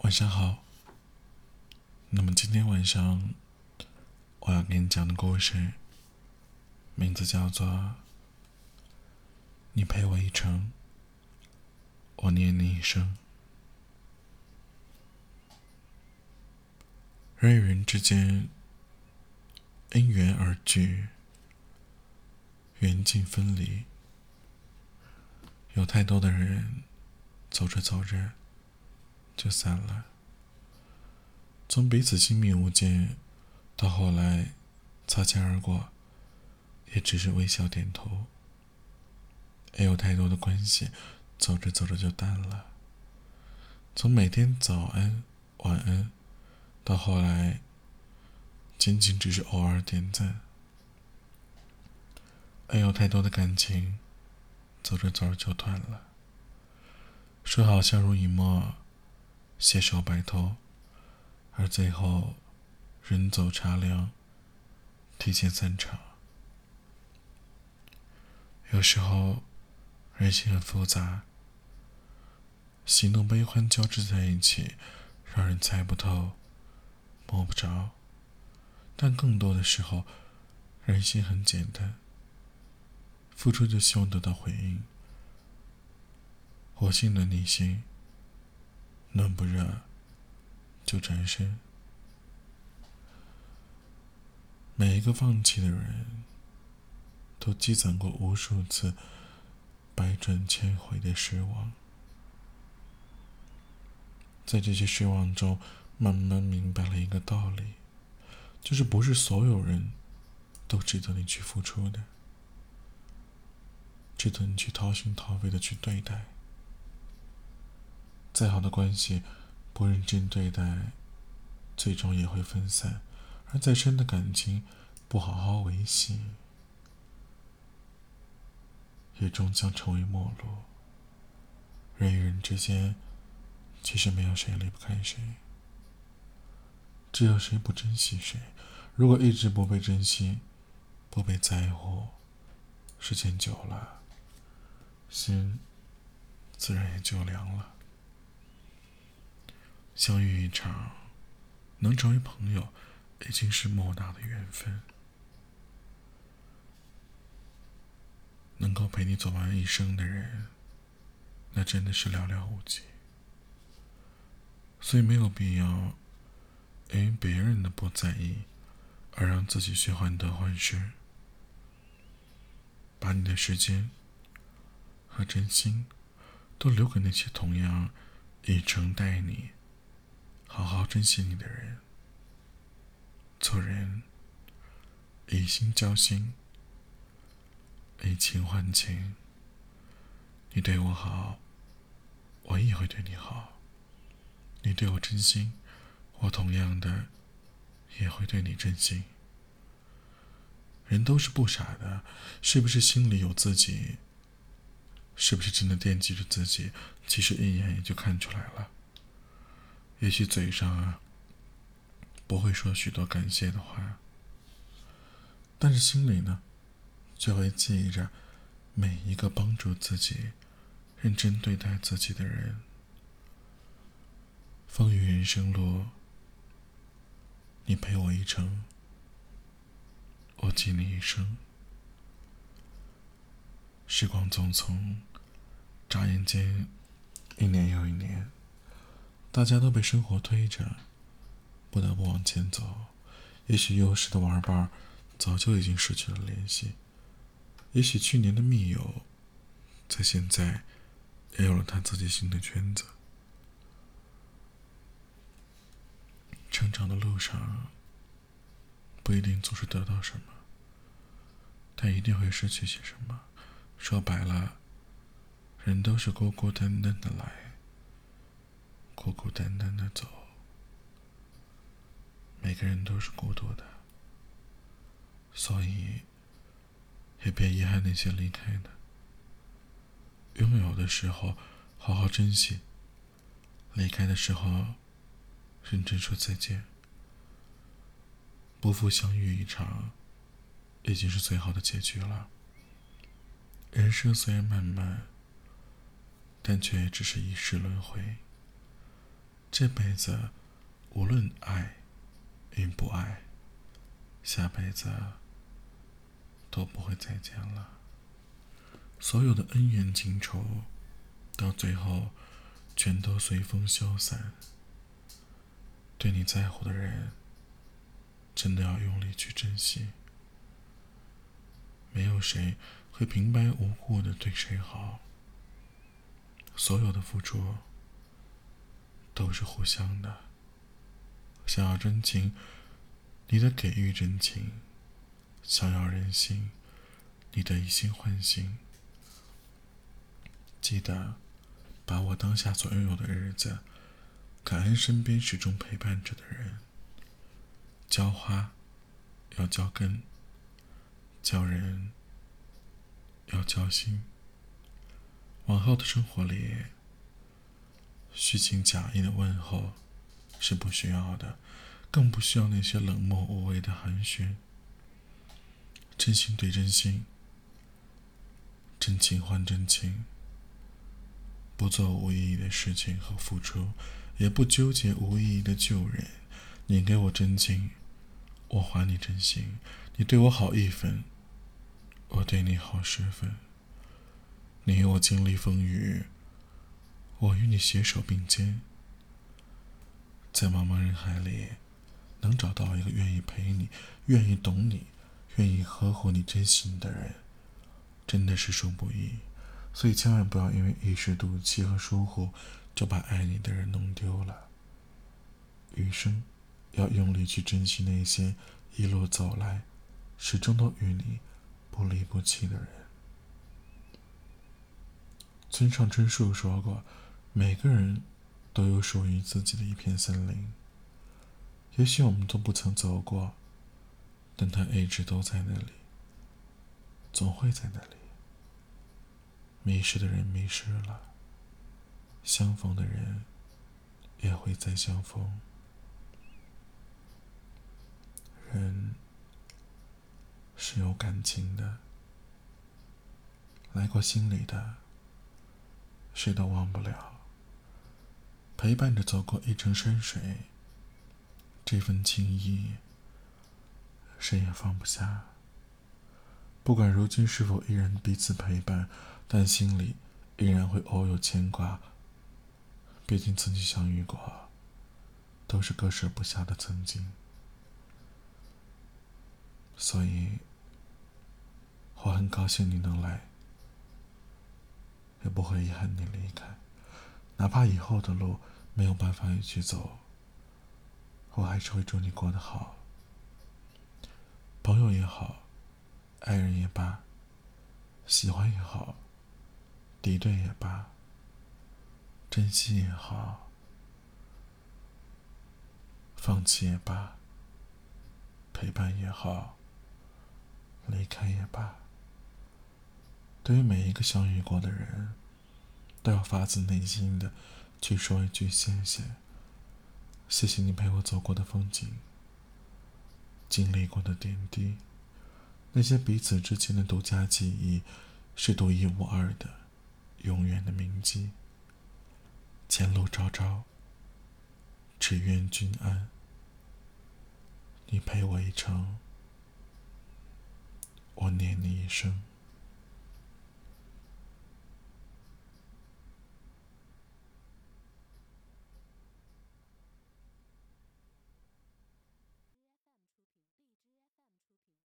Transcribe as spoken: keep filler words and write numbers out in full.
晚上好。那么今天晚上我要给你讲的故事名字叫做你陪我一程，我念你一生。人与人之间因缘而聚，缘尽分离。有太多的人走着走着就散了，从彼此亲密无间到后来擦肩而过，也只是微笑点头。也有太多的关系走着走着就淡了，从每天早安晚安到后来仅仅只是偶尔点赞。也有太多的感情走着走着就断了，说好相濡以沫携手白头，而最后人走茶凉提前散场。有时候人心很复杂，喜怒悲欢交织在一起，让人猜不透摸不着。但更多的时候人心很简单，付出就希望得到回应。火星暖你心，暖不热就转身。每一个放弃的人都积攒过无数次百转千回的失望，在这些失望中慢慢明白了一个道理，就是不是所有人都值得你去付出的，值得你去掏心掏肺的去对待。再好的关系不认真对待，最终也会分散，而再深的感情不好好维系，也终将成为陌路。人与人之间其实没有谁离不开谁，只有谁不珍惜谁。如果一直不被珍惜不被在乎，时间久了心自然也就凉了。相遇一场，能成为朋友已经是莫大的缘分，能够陪你走完一生的人，那真的是寥寥无几。所以没有必要因为别人的不在意而让自己去患得患失，把你的时间和真心都留给那些同样以诚待你好好珍惜你的人。做人以心交心，以情换情。你对我好，我也会对你好。你对我真心，我同样的也会对你真心。人都是不傻的，是不是心里有自己，是不是真的惦记着自己，其实一眼也就看出来了。也许嘴上啊不会说许多感谢的话，但是心里呢就会记着每一个帮助自己认真对待自己的人。风雨人生路，你陪我一程，我记你一生。时光匆匆，眨眼间一年又一年，大家都被生活推着不得不往前走。也许幼时的玩伴早就已经失去了联系，也许去年的密友在现在也有了他自己新的圈子。成长的路上不一定总是得到什么，但一定会失去些什么。说白了，人都是孤孤单单的来，孤孤单单的走。每个人都是孤独的，所以也别遗憾那些离开的。拥有的时候好好珍惜，离开的时候认真说再见。不负相遇一场，已经是最好的结局了。人生虽然漫漫，但却也只是一世轮回。 这辈子无论爱与不爱，下辈子都不会再见了。所有的恩怨情仇，到最后全都随风消散。对你在乎的人，真的要用力去珍惜。没有谁会平白无故的对谁好，所有的付出都是互相的。想要真情，你得给予真情；想要人心，你得以心换心。记得把握当下所拥有的日子，感恩身边始终陪伴着的人。浇花要浇根，浇人要浇心。往后的生活里，虚情假意的问候是不需要的，更不需要那些冷漠无味的寒暄。真心对真心，真情换真情，不做无意义的事情和付出，也不纠结无意义的旧人。你给我真情，我还你真心。你对我好一分，我对你好十分。你与我经历风雨，我与你携手并肩。在茫茫人海里，能找到一个愿意陪你、愿意懂你、愿意呵护你真心的人，真的是殊不易。所以千万不要因为一时赌气和疏忽，就把爱你的人弄丢了。余生要用力去珍惜那些一路走来始终都与你不离不弃的人。村上春树说过，每个人都有属于自己的一片森林，也许我们都不曾走过，但它一直都在那里，总会在那里。迷失的人迷失了，相逢的人也会再相逢。人是有感情的，来过心里的，谁都忘不了。陪伴着走过一程山水，这份情谊，谁也放不下。不管如今是否依然彼此陪伴，但心里依然会偶有牵挂。毕竟曾经相遇过，都是割舍不下的曾经。所以我很高兴你能来，也不会遗憾你离开。哪怕以后的路没有办法一起走，我还是会祝你过得好。朋友也好，爱人也罢，喜欢也好，敌对也罢，珍惜也好，放弃也罢，陪伴也好，离开也罢，对于每一个相遇过的人，都要发自内心的去说一句谢谢。谢谢你陪我走过的风景，经历过的点滴，那些彼此之间的独家记忆，是独一无二的，永远的铭记。前路昭昭，只愿君安。你陪我一程，我念你一生。